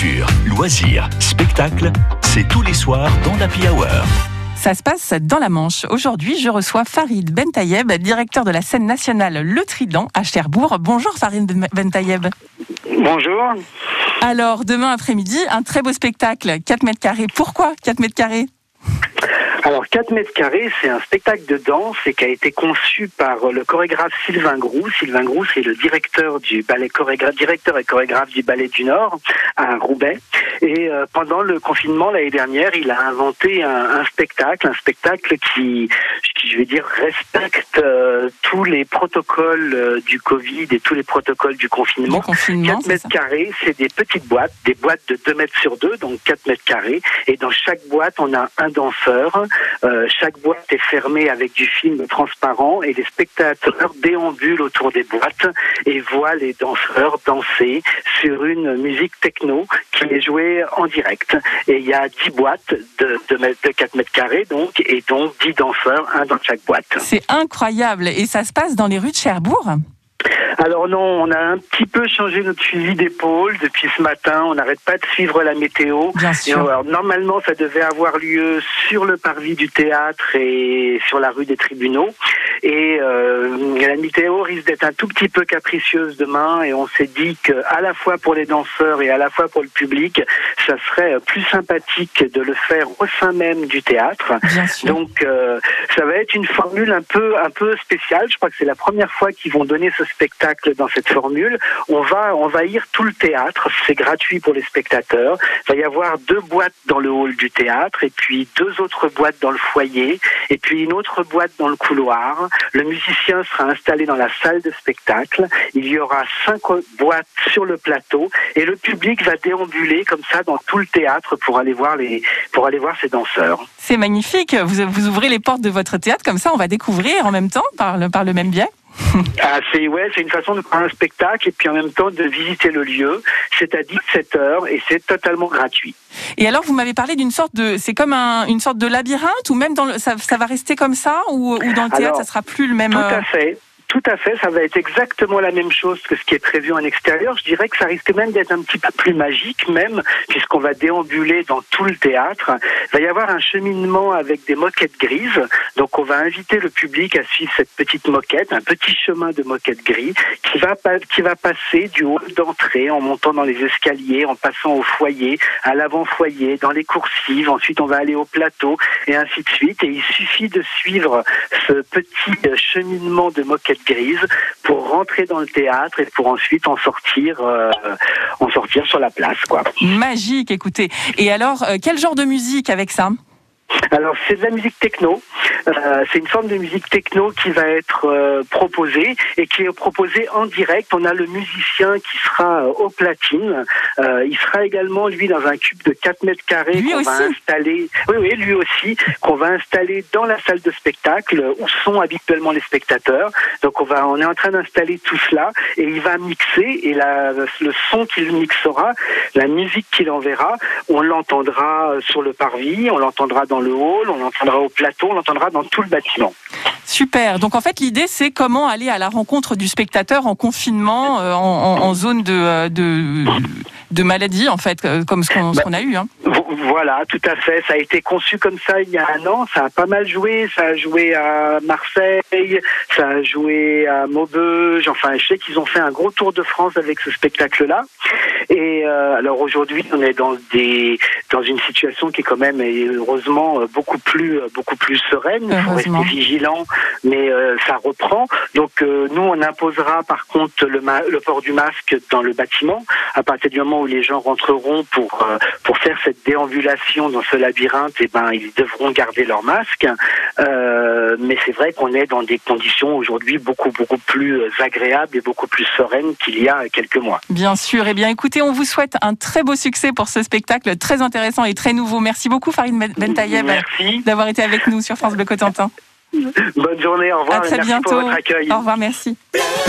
Culture, loisirs, spectacles, c'est tous les soirs dans l'Happy Hour. Ça se passe dans la Manche. Aujourd'hui, je reçois Farid Bentayeb, directeur de la scène nationale Le Trident à Cherbourg. Bonjour Farid Bentayeb. Bonjour. Alors, demain après-midi, un très beau spectacle, 4 mètres carrés. Pourquoi 4 mètres carrés ? Alors 4 mètres carrés, c'est un spectacle de danse et qui a été conçu par le chorégraphe Sylvain Groux. Sylvain Groux, c'est le directeur du ballet directeur et chorégraphe du Ballet du Nord à Roubaix. Et pendant le confinement l'année dernière, il a inventé un spectacle qui, je vais dire, respecte tous les protocoles du Covid et tous les protocoles du confinement. 4 mètres carrés, c'est des petites boîtes, des boîtes de 2 mètres sur 2, donc 4 mètres carrés. Et dans chaque boîte, on a un danseur. Chaque boîte est fermée avec du film transparent et les spectateurs déambulent autour des boîtes et voient les danseurs danser sur une musique techno qui est jouée en direct. Et il y a 10 boîtes de 4 mètres carrés et donc 10 danseurs, un dans chaque boîte. C'est incroyable. Et ça se passe dans les rues de Cherbourg ? Alors non, on a un petit peu changé notre fusil d'épaule depuis ce matin. On n'arrête pas de suivre la météo. Bien sûr. Alors, normalement, ça devait avoir lieu sur le parvis du théâtre et sur la rue des Tribunaux. Et la météo risque d'être un tout petit peu capricieuse demain. Et on s'est dit qu'à la fois pour les danseurs et à la fois pour le public, ça serait plus sympathique de le faire au sein même du théâtre. Bien sûr. Donc ça va être une formule un peu spéciale. Je crois que c'est la première fois qu'ils vont donner ce spectacle dans cette formule. On va envahir tout le théâtre, c'est gratuit pour les spectateurs. Il va y avoir 2 boîtes dans le hall du théâtre et puis 2 autres boîtes dans le foyer et puis une autre boîte dans le couloir. Le musicien sera installé dans la salle de spectacle. Il y aura 5 boîtes sur le plateau et le public va déambuler comme ça dans tout le théâtre pour aller voir ces danseurs. C'est magnifique. Vous ouvrez les portes de votre théâtre comme ça, on va découvrir en même temps par le même biais. C'est une façon de prendre un spectacle et puis en même temps de visiter le lieu. C'est à 17h et c'est totalement gratuit. Et alors vous m'avez parlé c'est comme une sorte de labyrinthe ou même ça va rester comme ça ou dans le théâtre ça sera plus le même. Tout à fait, ça va être exactement la même chose que ce qui est prévu en extérieur. Je dirais que ça risque même d'être un petit peu plus magique même, puisqu'on va déambuler dans tout le théâtre. Il va y avoir un cheminement avec des moquettes grises. Donc on va inviter le public à suivre cette petite moquette, un petit chemin de moquette gris qui va passer du hall d'entrée en montant dans les escaliers, en passant au foyer, à l'avant-foyer, dans les coursives. Ensuite on va aller au plateau et ainsi de suite. Et il suffit de suivre ce petit cheminement de moquette grise pour rentrer dans le théâtre et pour ensuite en sortir sur la place, quoi. Magique, écoutez. Et alors, quel genre de musique avec ça ? Alors c'est de la musique techno, c'est une forme de musique techno qui va être proposée et qui est proposée en direct. On a le musicien qui sera au platine, il sera également lui dans un cube de 4 mètres carrés va installer, lui aussi, qu'on va installer dans la salle de spectacle où sont habituellement les spectateurs. Donc on est en train d'installer tout cela et il va mixer et le son qu'il mixera, la musique qu'il enverra, on l'entendra sur le parvis, on l'entendra dans le hall, on l'entendra au plateau, on l'entendra dans tout le bâtiment. Super. Donc en fait l'idée c'est comment aller à la rencontre du spectateur en confinement, en zone de maladie en fait, comme ce qu'on a eu. Voilà, tout à fait. Ça a été conçu comme ça il y a 1 an. Ça a pas mal joué. Ça a joué à Marseille, ça a joué à Maubeuge. Enfin, je sais qu'ils ont fait un gros tour de France avec ce spectacle-là. Et alors aujourd'hui, on est dans une situation qui est quand même, heureusement, beaucoup plus sereine. Il faut rester vigilant, mais ça reprend. Donc nous, on imposera par contre le port du masque dans le bâtiment à partir du moment où les gens rentreront pour faire cette déambulation dans ce labyrinthe. Ils devront garder leur masque. Mais c'est vrai qu'on est dans des conditions aujourd'hui beaucoup plus agréables et beaucoup plus sereines qu'il y a quelques mois. Bien sûr. Eh bien, écoutez, on vous souhaite un très beau succès pour ce spectacle très intéressant et très nouveau. Merci beaucoup, Farid Bentayeb, d'avoir été avec nous sur France Bleu Cotentin. Bonne journée, au revoir. À très bientôt. Pour votre accueil. Au revoir, merci.